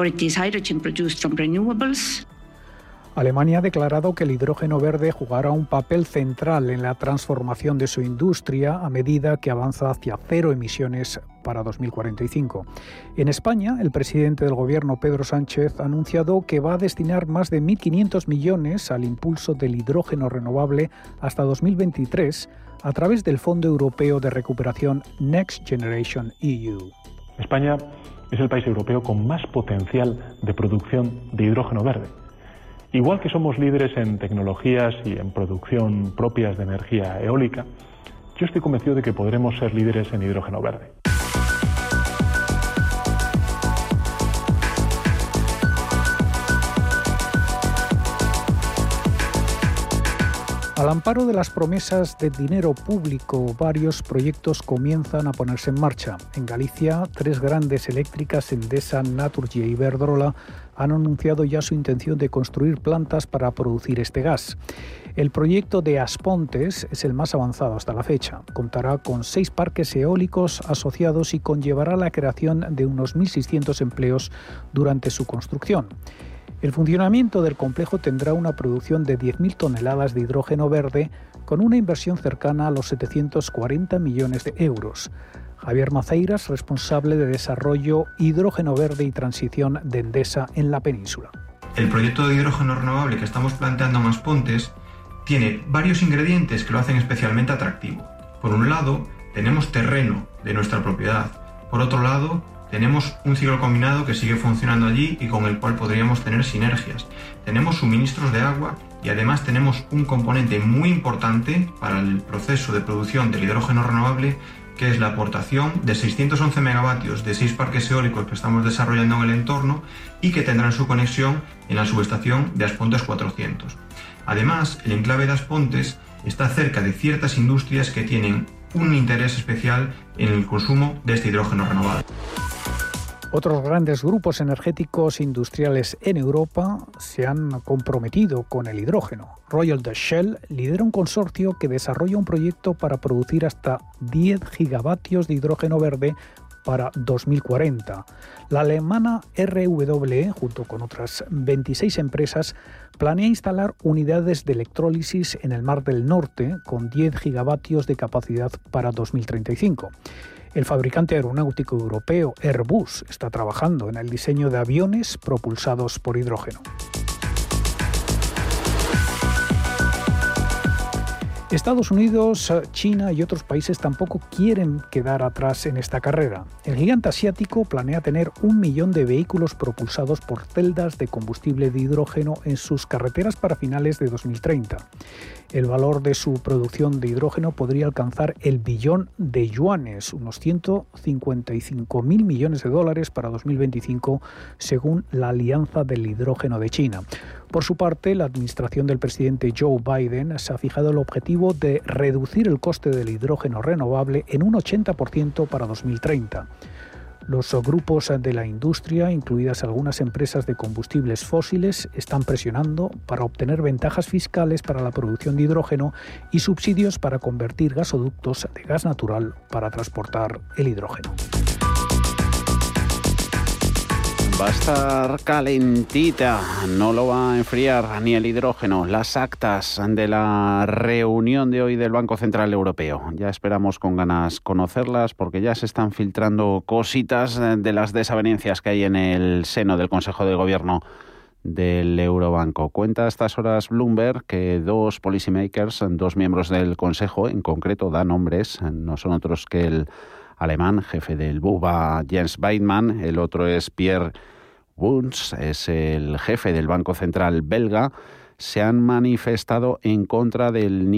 Speaker 12: Alemania ha declarado que el hidrógeno verde jugará un papel central en la transformación de su industria a medida que avanza hacia cero emisiones para 2045. En España, el presidente del Gobierno, Pedro Sánchez, ha anunciado que va a destinar más de 1.500 millones al impulso del hidrógeno renovable hasta 2023 a través del Fondo Europeo de Recuperación Next Generation EU.
Speaker 13: España es el país europeo con más potencial de producción de hidrógeno verde. Igual que somos líderes en tecnologías y en producción propias de energía eólica, yo estoy convencido de que podremos ser líderes en hidrógeno verde.
Speaker 12: Al amparo de las promesas de dinero público, varios proyectos comienzan a ponerse en marcha. En Galicia, 3 grandes eléctricas, Endesa, Naturgy e Iberdrola, han anunciado ya su intención de construir plantas para producir este gas. El proyecto de Aspontes es el más avanzado hasta la fecha. Contará con 6 parques eólicos asociados y conllevará la creación de unos 1.600 empleos durante su construcción. El funcionamiento del complejo tendrá una producción de 10.000 toneladas de hidrógeno verde con una inversión cercana a los 740 millones de euros. Javier Maceiras, responsable de desarrollo, hidrógeno verde y transición de Endesa en la península.
Speaker 15: El proyecto de hidrógeno renovable que estamos planteando en Aspontes tiene varios ingredientes que lo hacen especialmente atractivo. Por un lado, tenemos terreno de nuestra propiedad. Por otro lado, tenemos un ciclo combinado que sigue funcionando allí y con el cual podríamos tener sinergias. Tenemos suministros de agua y además tenemos un componente muy importante para el proceso de producción del hidrógeno renovable, que es la aportación de 611 megavatios de 6 parques eólicos que estamos desarrollando en el entorno y que tendrán su conexión en la subestación de Aspontes 400. Además, el enclave de Aspontes está cerca de ciertas industrias que tienen un interés especial en el consumo de este hidrógeno renovable.
Speaker 12: Otros grandes grupos energéticos industriales en Europa se han comprometido con el hidrógeno. Royal Dutch Shell lidera un consorcio que desarrolla un proyecto para producir hasta 10 gigavatios de hidrógeno verde para 2040. La alemana RWE, junto con otras 26 empresas, planea instalar unidades de electrólisis en el Mar del Norte con 10 gigavatios de capacidad para 2035. El fabricante aeronáutico europeo Airbus está trabajando en el diseño de aviones propulsados por hidrógeno. Estados Unidos, China y otros países tampoco quieren quedar atrás en esta carrera. El gigante asiático planea tener 1 millón de vehículos propulsados por celdas de combustible de hidrógeno en sus carreteras para finales de 2030. El valor de su producción de hidrógeno podría alcanzar el billón de yuanes, unos 155.000 millones de dólares para 2025, según la Alianza del Hidrógeno de China. Por su parte, la administración del presidente Joe Biden se ha fijado el objetivo de reducir el coste del hidrógeno renovable en un 80% para 2030. Los grupos de la industria, incluidas algunas empresas de combustibles fósiles, están presionando para obtener ventajas fiscales para la producción de hidrógeno y subsidios para convertir gasoductos de gas natural para transportar el hidrógeno.
Speaker 11: Va a estar calentita, no lo va a enfriar ni el hidrógeno. Las actas de la reunión de hoy del Banco Central Europeo. Ya esperamos con ganas conocerlas porque ya se están filtrando cositas de las desavenencias que hay en el seno del Consejo de Gobierno del Eurobanco. Cuenta a estas horas Bloomberg que dos policymakers, dos miembros del Consejo, en concreto da nombres, no son otros que el alemán, jefe del BUBA, Jens Weidmann, el otro es Pierre Wunsch, es el jefe del Banco Central belga, se han manifestado en contra del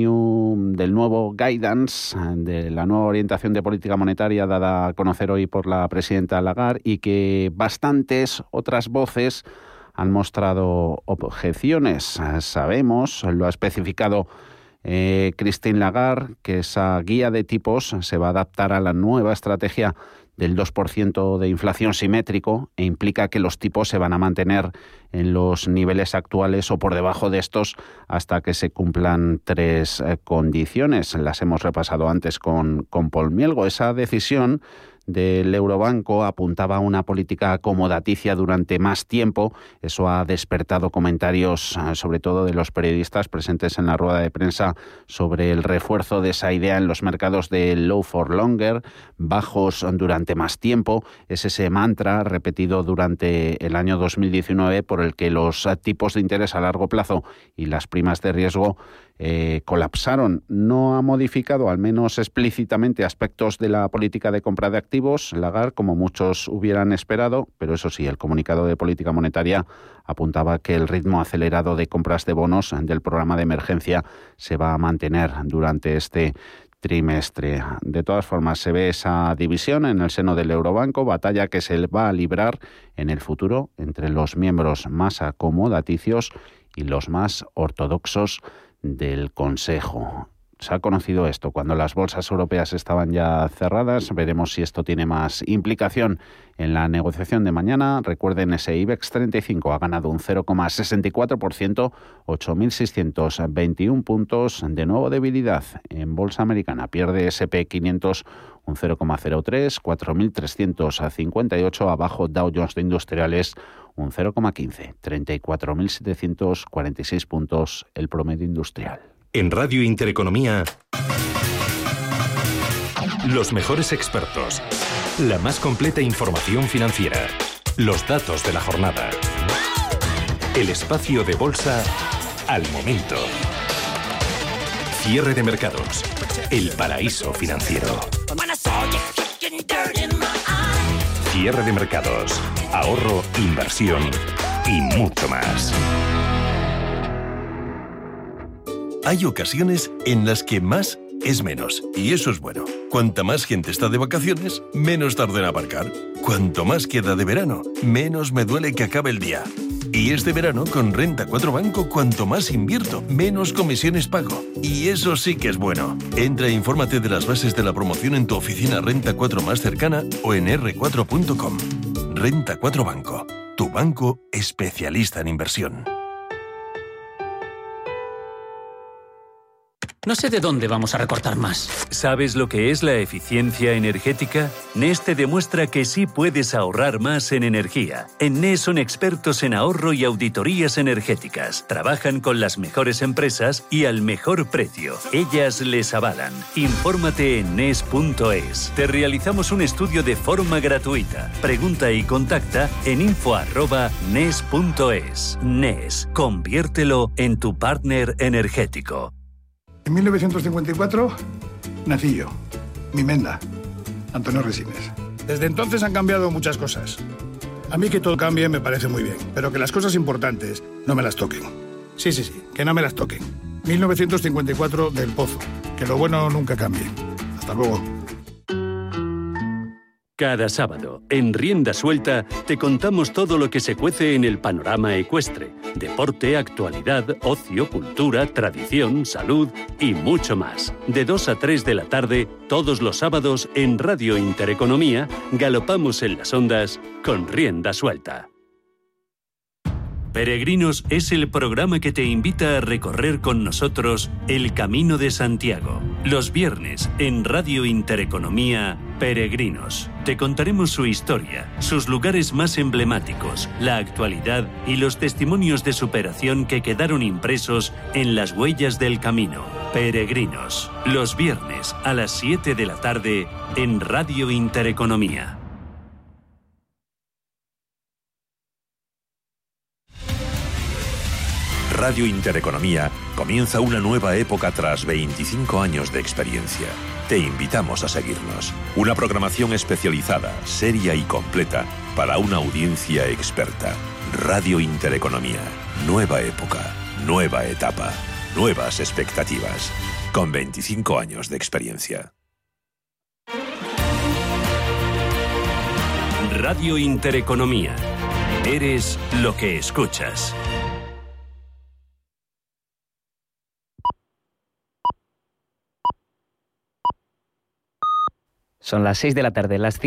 Speaker 11: nuevo guidance, de la nueva orientación de política monetaria dada a conocer hoy por la presidenta Lagarde, y que bastantes otras voces han mostrado objeciones. Sabemos, lo ha especificado Christine Lagarde, que esa guía de tipos se va a adaptar a la nueva estrategia del 2% de inflación simétrico e implica que los tipos se van a mantener en los niveles actuales o por debajo de estos hasta que se cumplan tres condiciones. Las hemos repasado antes con Paul Mielgo. Esa decisión del Eurobanco apuntaba a una política acomodaticia durante más tiempo. Eso ha despertado comentarios, sobre todo de los periodistas presentes en la rueda de prensa, sobre el refuerzo de esa idea en los mercados de low for longer, bajos durante más tiempo. Es ese mantra repetido durante el año 2019 por el que los tipos de interés a largo plazo y las primas de riesgo colapsaron. No ha modificado, al menos explícitamente, aspectos de la política de compra de activos, Lagarde, como muchos hubieran esperado, pero eso sí, el comunicado de política monetaria apuntaba que el ritmo acelerado de compras de bonos del programa de emergencia se va a mantener durante este trimestre. De todas formas, se ve esa división en el seno del Eurobanco, batalla que se va a librar en el futuro entre los miembros más acomodaticios y los más ortodoxos del Consejo. Se ha conocido esto cuando las bolsas europeas estaban ya cerradas. Veremos si esto tiene más implicación en la negociación de mañana. Recuerden, ese IBEX 35 ha ganado un 0,64%, 8.621 puntos. De nuevo debilidad en bolsa americana. Pierde S&P 500 un 0,03, 4.358. Abajo Dow Jones de Industriales un 0,15, 34.746 puntos el promedio industrial.
Speaker 10: En Radio Intereconomía, los mejores expertos, la más completa información financiera, los datos de la jornada, el espacio de bolsa al momento, cierre de mercados, el paraíso financiero. Cierre de mercados, ahorro, inversión y mucho más.
Speaker 14: Hay ocasiones en las que más es menos, y eso es bueno. Cuanta más gente está de vacaciones, menos tarda en aparcar. Cuanto más queda de verano, menos me duele que acabe el día. Y este verano, con Renta 4 Banco, cuanto más invierto, menos comisiones pago. Y eso sí que es bueno. Entra e infórmate de las bases de la promoción en tu oficina Renta 4 más cercana o en r4.com. Renta 4 Banco, tu banco especialista en inversión.
Speaker 16: No sé de dónde vamos a recortar más.
Speaker 1: ¿Sabes lo que es la eficiencia energética? NES te demuestra que sí puedes ahorrar más en energía. En NES son expertos en ahorro y auditorías energéticas. Trabajan con las mejores empresas y al mejor precio. Ellas les avalan. Infórmate en NES.es. Te realizamos un estudio de forma gratuita. Pregunta y contacta en info@nes.es. NES, conviértelo en tu partner energético.
Speaker 17: En 1954 nací yo, mi Menda, Antonio Resines. Desde entonces han cambiado muchas cosas. A mí que todo cambie me parece muy bien, pero que las cosas importantes no me las toquen. Sí, que no me las toquen. 1954 del Pozo, que lo bueno nunca cambie. Hasta luego.
Speaker 1: Cada sábado, en Rienda Suelta, te contamos todo lo que se cuece en el panorama ecuestre. Deporte, actualidad, ocio, cultura, tradición, salud y mucho más. De 2 a 3 de la tarde, todos los sábados, en Radio Intereconomía, galopamos en las ondas con Rienda Suelta. Peregrinos es el programa que te invita a recorrer con nosotros el Camino de Santiago. Los viernes, en Radio Intereconomía, Peregrinos. Te contaremos su historia, sus lugares más emblemáticos, la actualidad y los testimonios de superación que quedaron impresos en las huellas del camino. Peregrinos, los viernes a las 7 de la tarde en Radio Intereconomía.
Speaker 3: Radio Intereconomía comienza una nueva época tras 25 años de experiencia. Te invitamos a seguirnos. Una programación especializada, seria y completa para una audiencia experta. Radio Intereconomía. Nueva época, nueva etapa, nuevas expectativas. Con 25 años de experiencia.
Speaker 1: Radio Intereconomía. Eres lo que escuchas.
Speaker 18: Son las 6 de la tarde, las 5.